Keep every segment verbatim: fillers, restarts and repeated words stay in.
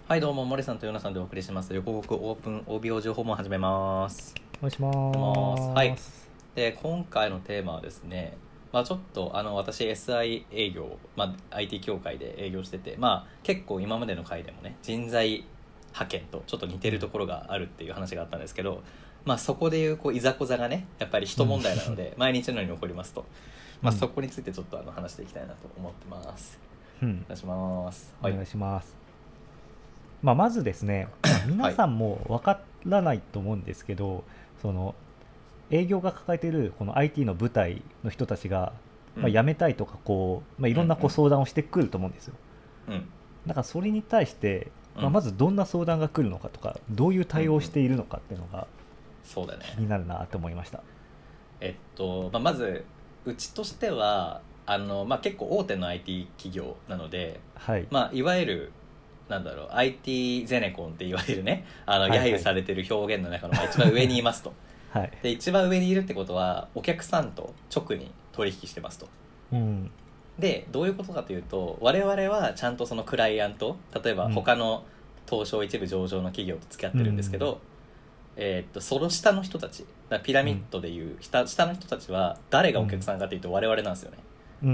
はいどうも、森さんとヨナさんでお送りします横国オープン オービーオー 情報も始めます。 お願いしますはい。 ます。 で、今回のテーマはですね、まあちょっとあの私 エスアイ 営業、まあ アイティー 協会で営業してて、まあ結構今までの回でもね、人材派遣とちょっと似てるところがあるっていう話があったんですけど、まあそこでいうこういざこざがね、やっぱり人問題なので、毎日のように起こりますと、まあそこについてちょっとあの話していきたいなと思ってます。 うん、 お願いします。 お願いします。まあ、まずですね、まあ、皆さんもわからないと思うんですけど、その営業が抱えているこの アイティー の部隊の人たちが、まあ、辞めたいとかこう、まあ、いろんなこう相談をしてくると思うんですよ。 うんうん、 だからそれに対して、 うんまあ、まずどんな相談が来るのかとか、どういう対応をしているのかっていうのがそうだね。 気になるなと思いました。 えっと、まあ、まずうちとしてはあの、まあ、結構大手の アイティー 企業なので、 はい、 まあ、いわゆるなんだろう アイティー ゼネコンって言われるねあのはいはい、 揶揄されてる表現の中のまあ一番上にいますとはい、 で一番上にいるってことはお客さんと直に取引してますと。 うん、 でどういうことかというと我々はちゃんとそのクライアント例えば他の東証一部上場の企業と付き合ってるんですけど、うんえー、っとその下の人たちだピラミッドでいう下、下の人たちは誰がお客さんかというと我々なんですよね。 うん、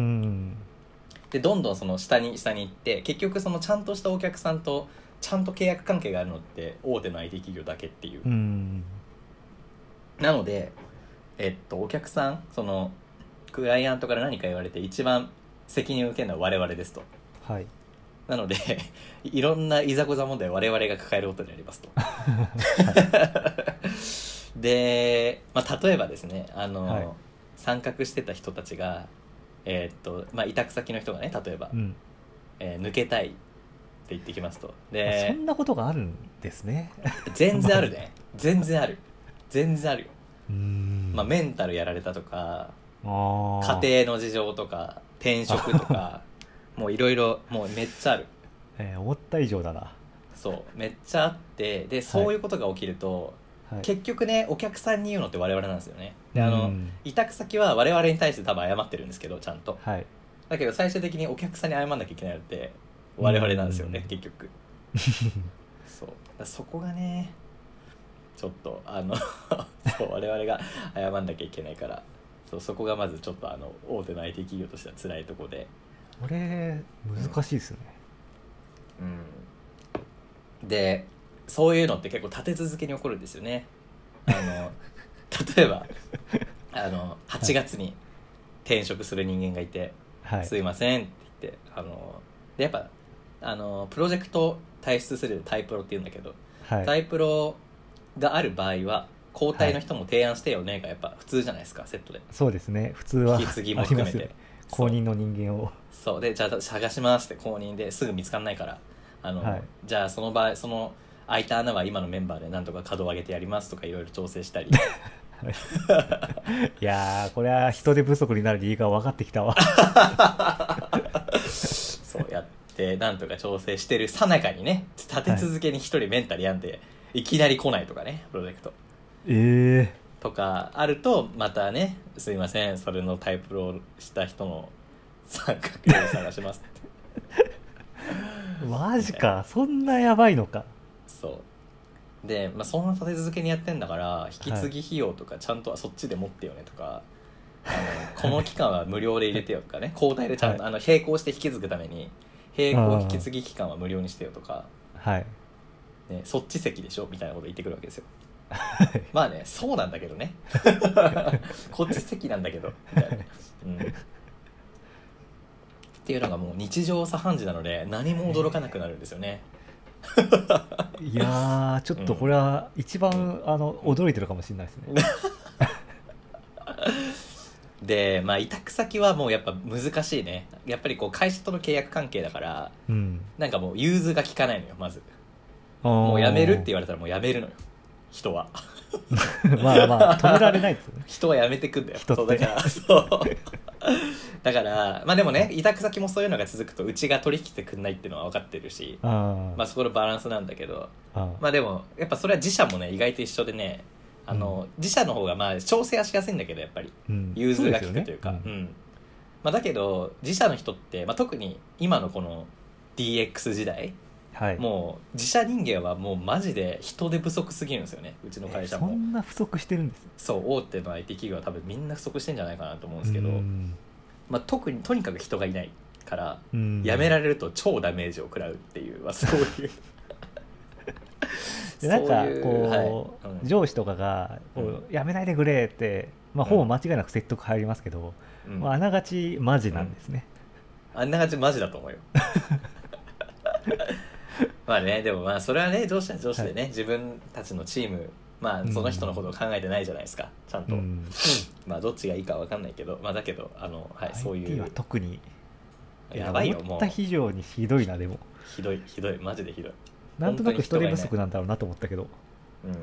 でどんどんその下に下に行って結局そのちゃんとしたお客さんとちゃんと契約関係があるのって大手の アイティー 企業だけっていう、 うん、 なのでえっとお客さんそのクライアントから何か言われて一番責任を受けるのは我々ですと。 はい、 なのでいろんないざこざ問題を我々が抱えることになりますとで、まあ、例えばですねあの、はい、参画してた人たちがえーっとまあ、委託先の人がね例えば、うんえー、抜けたいって言ってきますとでそんなことがあるんですね。 全然あるね全然ある全然あるよ。 うーん、 まあ、メンタルやられたとか家庭の事情とか転職とかもういろいろもうめっちゃある、 えー、思った以上だな。 そうめっちゃあってでそういうことが起きると、はい、結局ねお客さんに言うのって我々なんですよね。であの委託先は我々に対して多分謝ってるんですけどちゃんと、はい、だけど最終的にお客さんに謝んなきゃいけないのって我々なんですよね結局そうだそこがねちょっとあのそう我々が謝んなきゃいけないからそうそこがまずちょっとあの大手の アイティー 企業としては辛いところでこれ難しいですね。 うん、うん、でそういうのって結構立て続けに起こるんですよね。あの例えばあのはちがつに転職する人間がいて、はい、すいませんって言ってあのでやっぱあのプロジェクト退出するタイプロっていうんだけど、はい、タイプロがある場合は交代の人も提案してよねがやっぱ普通じゃないですかセットで。 そうですね普通は引き継ぎも含めて、ね、 公認の人間をそうでじゃあ探しますって公認ですぐ見つかんないからあの、はい、じゃあその場合その空いた穴は今のメンバーでなんとか稼働上げてやりますとかいろいろ調整したりいやーこれは人手不足になる理由が分かってきたわそうやってなんとか調整してるさなかにね立て続けに一人メンタル病んで、はい、いきなり来ないとかねプロジェクトえーとかあるとまたねすいませんそれのタイプロした人の参画を探しますってマジかそんなやばいのか。 そうで、まあ、そんな立て続けにやってんだから引き継ぎ費用とかちゃんとはそっちで持ってよねとか、はい、あのこの期間は無料で入れてよとかね交代でちゃんと、はい、あの並行して引き継ぐために並行引き継ぎ期間は無料にしてよとか、 はいね、そっち席でしょみたいなこと言ってくるわけですよまあねそうなんだけどねこっち席なんだけどみたいな、うんっていうのがもう日常茶飯事なので何も驚かなくなるんですよね。 いやーちょっとこれは一番、うん、あの驚いてるかもしれないですねでまあ委託先はもうやっぱ難しいね。やっぱりこう会社との契約関係だから、うん、なんかもう融通が利かないのよまず。もう辞めるって言われたらもう辞めるのよ人はまあまあ止められないですよね人は辞めてくんだよ人ってそうだからそうだからまあでもね委託先もそういうのが続くとうちが取引してくんないっていうのは分かってるしあまあそこのバランスなんだけどあまあでもやっぱそれは自社もね意外と一緒でねあの、うん、自社の方がまあ調整はしやすいんだけどやっぱり、うん、融通が利くというかう、ねうんうんまあ、だけど自社の人って、まあ、特に今のこの ディーエックス 時代はい、 もう自社人間はもうマジで人手不足すぎるんですよね、うちの会社も。 そんな不足してるんです？ そう大手の アイティー 企業は多分みんな不足してんじゃないかなと思うんですけど、まあ、特にとにかく人がいないから辞められると超ダメージを食らうっていう、まあ、そういうなんかこう、はいうん、上司とかがこう、うん、辞めないでくれって、まあ、ほぼ間違いなく説得入りますけど、うんまあ、あながちマジなんですね、 うん、あながちマジだと思うよまあねでもまあそれはね上司は上司でね、はい、自分たちのチームまあその人のことを考えてないじゃないですかちゃんと、うん、まあどっちがいいか分かんないけど、まあ、だけどあの、はい、そういう アイティーは特にやばいよもう思った以上にひどいな。でもひどいひどいマジでひどい。 なんとなく人手不足なんだろうなと思ったけど、 うん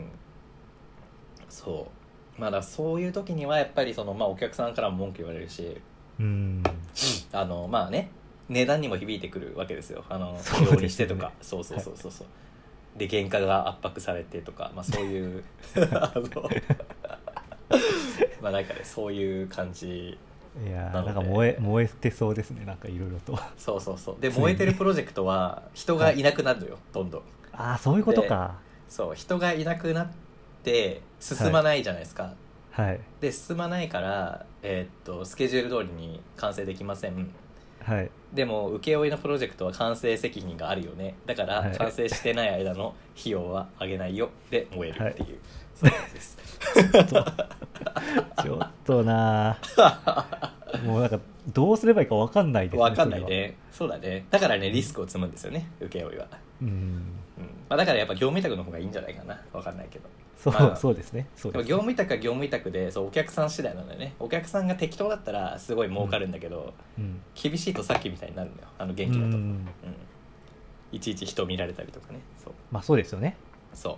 そうまあだそういう時にはやっぱりその、まあ、お客さんからも文句言われるし、 うんあのまあね値段にも響いてくるわけですよ。あのそうですね、 量にしてとかそうそうそうそうそう、はい、で原価が圧迫されてとか、まあ、そういうあのまあなんかねそういう感じ。 いやなんか燃え燃えてそうですね、なんかいろいろと。 そうそうそうで燃えてるプロジェクトは人がいなくなるのよ、はい、どんどん。 ああそういうことか。 そう人がいなくなって進まないじゃないですか、 はい、はい、で進まないから、えー、っとスケジュール通りに完成できません。 はい、 でも請負のプロジェクトは完成責任があるよね、だから完成してない間の費用は上げないよで燃えるっていう、はい、そういう感じですちょっとちょっとなもうなんかどうすればいいか分かんないですね。 分かんないね。そうだね。だからねリスクを積むんですよね請負は。 うん、うんまあ、だからやっぱ業務委託の方がいいんじゃないかな、分かんないけど。 そう、 まあ、 そうですね。そうですね。 業務委託は業務委託でそうお客さん次第なんだよね。お客さんが適当だったらすごい儲かるんだけど、うん、厳しいとさっきみたいになるんだよ、あの元気だと、うんうん、いちいち人見られたりとかね。そうまあそうですよね。 そう、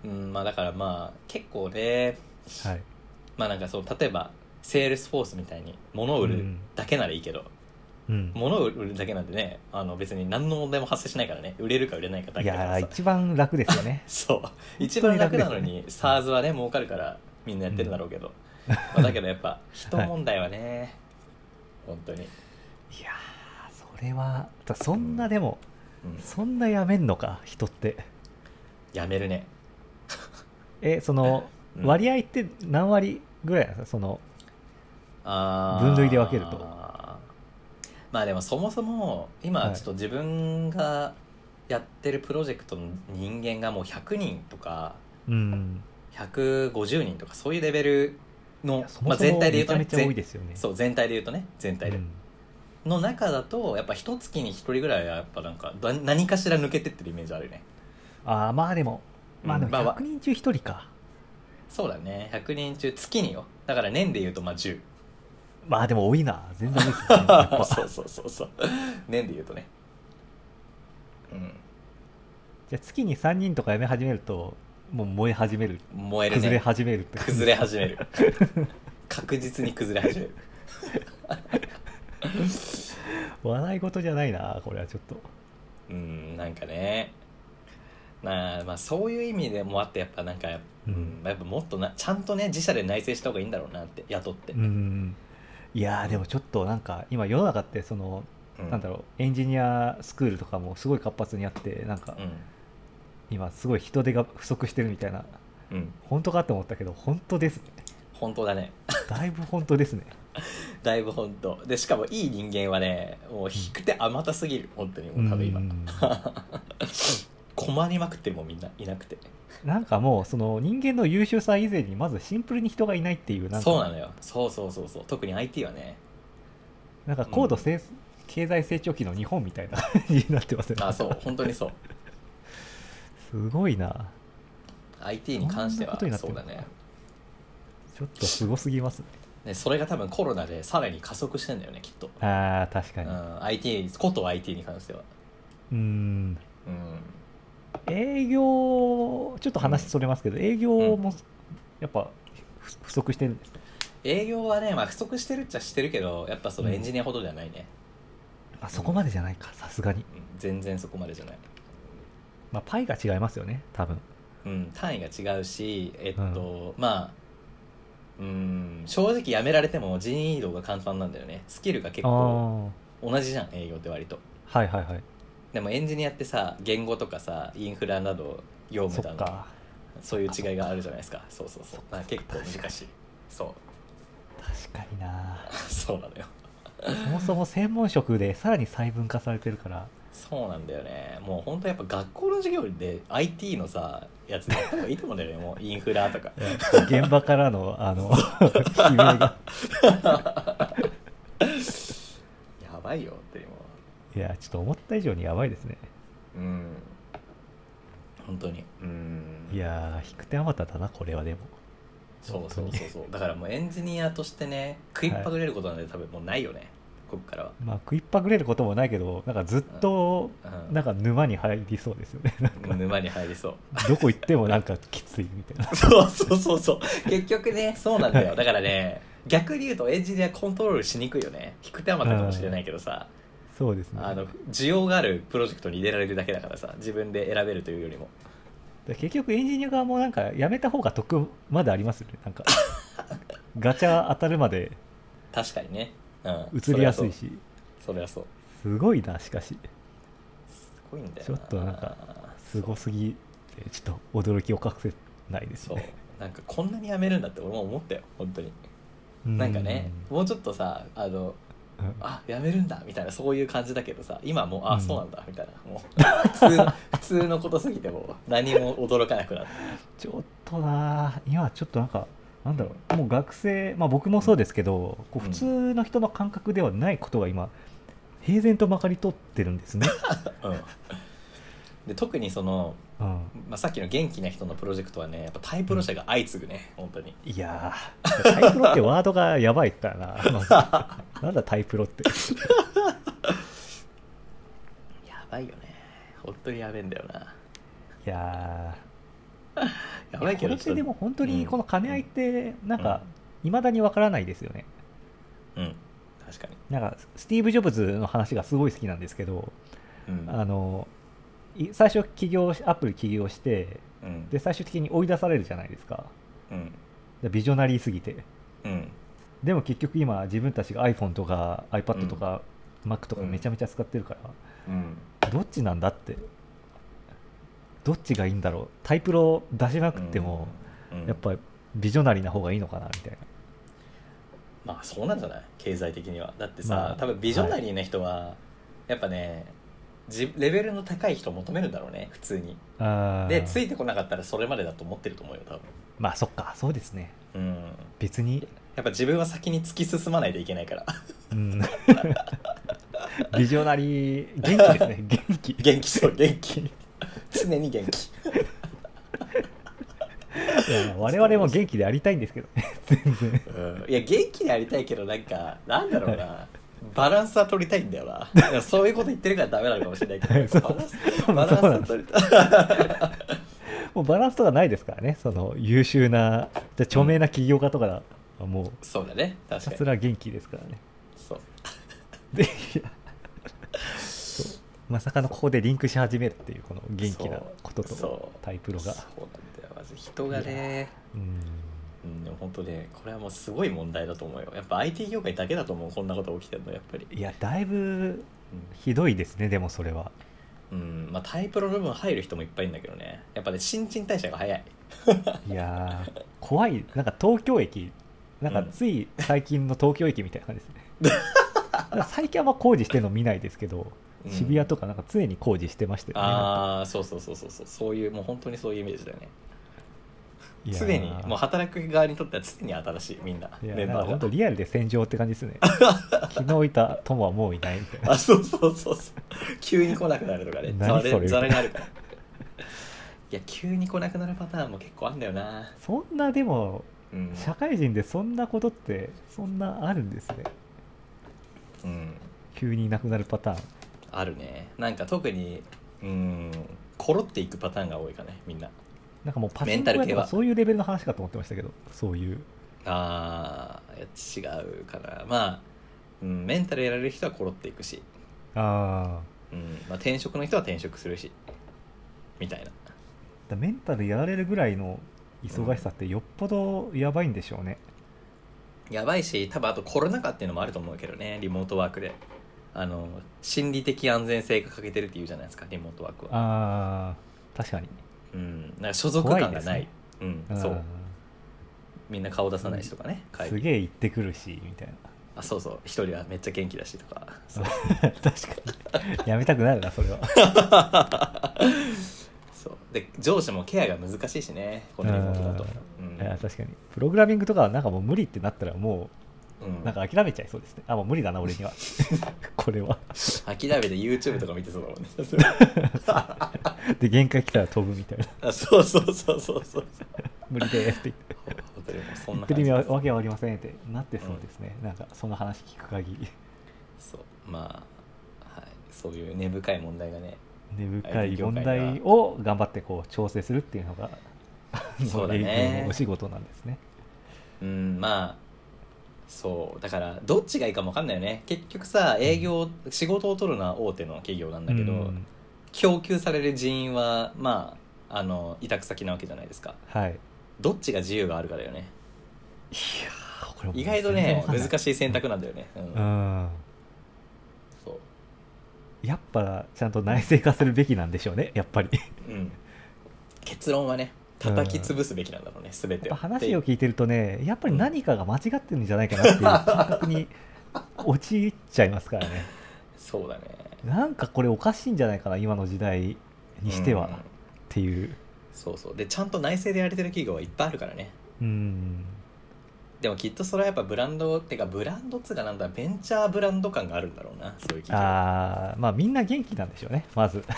うんまあ、だからまあ結構ね、 はい、 まあなんかそう例えばセールスフォースみたいに物を売るだけならいいけど、うん、物を売るだけなんてねあの別に何の問題も発生しないからね、売れるか売れないかだけだからさ。 いや一番楽ですよねそう一番楽なのに、ね、SARS はね儲かるからみんなやってるんだろうけど、うんまあ、だけどやっぱ人問題はね、はい、本当にいやそれはそんなでも、うん、そんなやめんのか人って。 やめるねえその、うん、割合って何割ぐらいなんですか、その分類で分けると。 まあでもそもそも今ちょっと自分がやってるプロジェクトの人間がもうひゃくにんとかひゃくごじゅうにんとかそういうレベルの、まあ、全体で言うとね、 めちゃめちゃ多いですよね。 そう全体で言うとね全体で、うん、の中だとやっぱ一月にひとりぐらいはやっぱなんか何かしら抜けてってるイメージあるよね。 ああまあでもまあでもひゃくにん中ひとりか、まあ、 そうだねひゃくにん中月によ、だから年で言うとまあじゅう。 まあでも多いな、全然多いですねやっぱそうそうそうそう年で言うとね、うん、 じゃあ月にさんにんとか辞め始めるともう燃え始める、 燃えるね、 崩れ始めるって崩れ始める確実に崩れ始める笑い事じゃないなこれはちょっと。 うんなんかねまあ、まあそういう意味でもあってやっぱなんか、うん、やっぱもっとなちゃんとね自社で内製した方がいいんだろうなって雇って、 うんいやでもちょっとなんか今世の中ってその、うん、なんだろうエンジニアスクールとかもすごい活発にあってなんか、うん、今すごい人手が不足してるみたいな、うん、本当かって思ったけど本当ですね。 本当だねだいぶ本当ですねだいぶ本当でしかもいい人間はねもう低くてあまたすぎる、うん、本当にもう多分今、うん、困りまくってるもんみんないなくてなんかもうその人間の優秀さ以前にまずシンプルに人がいないっていうなんかそうなのよそうそうそうそう特に アイティー はねなんか高度成、うん、経済成長期の日本みたいな感じになってますね。 あそう本当にそうすごいなアイティー に関してはそうだねちょっとすごすぎますね。 でそれが多分コロナでさらに加速してんだよねきっと。 あー確かに、 うん、アイティー こと アイティー に関してはうーんうん営業ちょっと話それますけど、うん、営業もやっぱ不足してるんですか。 営業はね、まあ、不足してるっちゃしてるけどやっぱそのエンジニアほどではないね、 うん、あそこまでじゃないかさすがに、うん、 全然そこまでじゃない。 まあパイが違いますよね多分。 うん単位が違うしえっと、うん、まあうん正直辞められても人員移動が簡単なんだよね。スキルが結構同じじゃん営業って割と。 はいはいはいでもエンジニアってさ言語とかさインフラなど業務だのそういう違いがあるじゃないですか。そうそうそうなんか結構難しい。そう確かになそうなのよそもそも専門職でさらに細分化されてるからそうなんだよね。もう本当やっぱ学校の授業で アイティー のさやつやった方がいいと思うんだよねもうインフラとか現場からのあの悲鳴がやばいよってもういやちょっと思った以上にやばいですね。 うん本当にうんいや引く手あまただなこれは。でもそうそうそうそうだからもうエンジニアとしてね食いっぱぐれることなんて多分もうないよね、はい、ここからは。 まあ食いっぱぐれることもないけどなんかずっとなんか沼に入りそうですよね。なんか沼に入りそうどこ行ってもなんかきついみたいなそうそうそうそう結局ねそうなんだよ。だからね逆に言うとエンジニアコントロールしにくいよね。引く手あまたかもしれないけどさそうですね。 あの需要があるプロジェクトに入れられるだけだからさ自分で選べるというよりも結局エンジニア側もなんかやめた方が得までありますよね。なんかガチャ当たるまで確かにね、うん、 移りやすいしそれはそうすごいな。しかしすごいんだよな。 ちょっとなんかすごすぎてちょっと驚きを隠せないですね。 そうなんかこんなにやめるんだって俺も思ったよ本当に。なんかねもうちょっとさあのあやめるんだみたいなそういう感じだけどさ今もうあ、うん、そうなんだみたいなもう普通の普通のことすぎても何も驚かなくなってちょっとな今ちょっとなんかなんだろうもう学生まあ僕もそうですけど、うん、こう普通の人の感覚ではないことが今平然とまかり通ってるんですね、 うん、で特にその、 うんまあ、さっきの元気な人のプロジェクトはねやっぱタイプロ社が相次ぐね、うん、本当に。 いやータイプロってワードがやばいからな、まあ、なんだタイプロってやばいよね本当にやべえんだよな。 いやーやばいけどこれってでも本当にこの兼ね合いってなんかいまだにわからないですよね。 うん、うん確かになんかスティーブ・ジョブズの話がすごい好きなんですけど、 うん、 あの最初起業アップル起業して、 うん、 で最終的に追い出されるじゃないですか、 うん、 でビジョナリーすぎて、 うん、 でも結局今自分たちが iPhone とか iPad とか、うん、Mac とかめちゃめちゃ使ってるから、 うん、 どっちなんだってどっちがいいんだろうタイプロ出しまくっても、うんうん、やっぱりビジョナリーな方がいいのかなみたいな。 まあそうなんじゃない経済的には。だってさ、まあ、多分ビジョナリーな人は、はい、やっぱねレベルの高い人を求めるんだろうね普通に。 あでついてこなかったらそれまでだと思ってると思うよ多分。 まあそっかそうですね、 うん、 別にやっぱ自分は先に突き進まないといけないからうんビジョナリー元気ですね元気元気そう元気常に元気いや我々も元気でありたいんですけどね全然、 うん、いや元気でありたいけどなんかなんだろうな、はい、バランスは取りたいんだよなそういうこと言ってるからダメなのかもしれないけどバランスバランスは取りたいもうバランスとかないですからね。その優秀なじゃ著名な起業家とかはもう、うん、 そうだね確かにひたすら元気ですからね。 そうでいやそうまさかのここでリンクし始めるっていうこの元気なこととタイプロが。 そうなんだよまず人がねうんうんでも本当ねこれはもうすごい問題だと思うよ。やっぱ アイティー 業界だけだと思うこんなこと起きてるのやっぱり。 いやだいぶひどいですね、うん、でもそれはうんまあタイプロの部分入る人もいっぱいいるんだけどねやっぱね新陳代謝が早いいや怖い。なんか東京駅なんかつい最近の東京駅みたいな感じですね、うん、最近はまあ工事してるの見ないですけど、うん、渋谷とかなんか常に工事してましたよね。 ああそうそうそうそうそうそういうもう本当にそういうイメージだよね。常にもう働く側にとっては常に新しいみんなメンバーが本当リアルで戦場って感じですね昨日いた友はもういないみたいなあそうそうそうそう急に来なくなるとかねザラザラがあるからいや急に来なくなるパターンも結構あるんだよな。 そんなでも、うん、社会人でそんなことってそんなあるんですね。 うん急にいなくなるパターンあるね。なんか特にうんコロっていくパターンが多いかねみんな。 なんかもうパチンコ屋とかそういうレベルの話かと思ってましたけどそういうああ違うかな。まあ、うん、メンタルやられる人はコロっていくしあ、 うんまあ、転職の人は転職するしみたいな。 だメンタルやられるぐらいの忙しさってよっぽどやばいんでしょうね、 うん、やばいし多分あとコロナ禍っていうのもあると思うけどねリモートワークであの心理的安全性が欠けてるっていうじゃないですかリモートワークは。 あー確かに、 うん、なんか所属感がない、 怖いですね、 うん、そうみんな顔出さないしとかね、 うん、すげえ行ってくるしみたいな。 あそうそう一人はめっちゃ元気だしとかそう確かにやめたくなるなそれはそうで上司もケアが難しいしねこのリモートだと、 うん、いや確かにプログラミングとかはなんかもう無理ってなったらもう、うん、なんか諦めちゃいそうですね。あもう無理だな俺にはこれは諦めて YouTube とか見てそうだもんねで限界来たら飛ぶみたいな。 あそうそうそうそうそう無理ですって言ってそんな言ってる意味はわけはありませんってなってそうですね、うん、なんかその話聞く限りそうまあ、はい、そういう根深い問題がね根深い問題を頑張ってこう調整するっていうのがそうだねお仕事なんですね。 うんまあそうだからどっちがいいかも分かんないよね結局さ営業、うん、仕事を取るのは大手の企業なんだけど、うん、供給される人員はまああの委託先なわけじゃないですか。 はいどっちが自由があるかだよね。 いやこれ意外とね難しい選択なんだよね、うんうん、 そうやっぱちゃんと内製化するべきなんでしょうねやっぱり、 うん、結論はね叩き潰すべきなんだろうね、うん、全てを。 話を聞いてるとねやっぱり何かが間違ってるんじゃないかなっていう感覚に陥っちゃいますからねそうだねなんかこれおかしいんじゃないかな今の時代にしては、うん、っていうそうそうでちゃんと内製でやれてる企業はいっぱいあるからね。 うんでもきっとそれはやっぱブランドってかブランドっつうかなんだベンチャーブランド感があるんだろうなそういう企業。 ああまあみんな元気なんでしょうねまず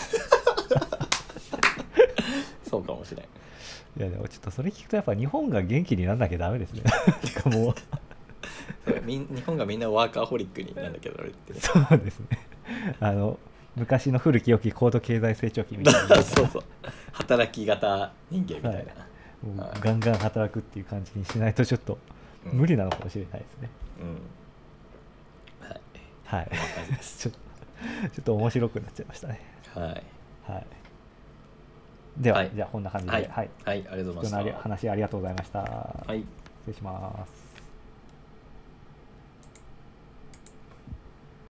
そうかもしれん。 いやでもちょっとそれ聞くとやっぱ日本が元気になんなきゃダメですねてかもう日本がみんなワーカーホリックになんだけどあれってそうですねあの昔の古き良き高度経済成長期みたいなそうそう働き型人間みたいな、はい、 もうガンガン働くっていう感じにしないとちょっと無理なのかもしれないですね。 うん、はい。 はい。ちょっとちょっと面白くなっちゃいましたね。 はい。 はい。では、 はい、 じゃあこんな感じで、 はい、 はい、 はい、ありがとうございました。 話ありがとうございました。 はい。 失礼します。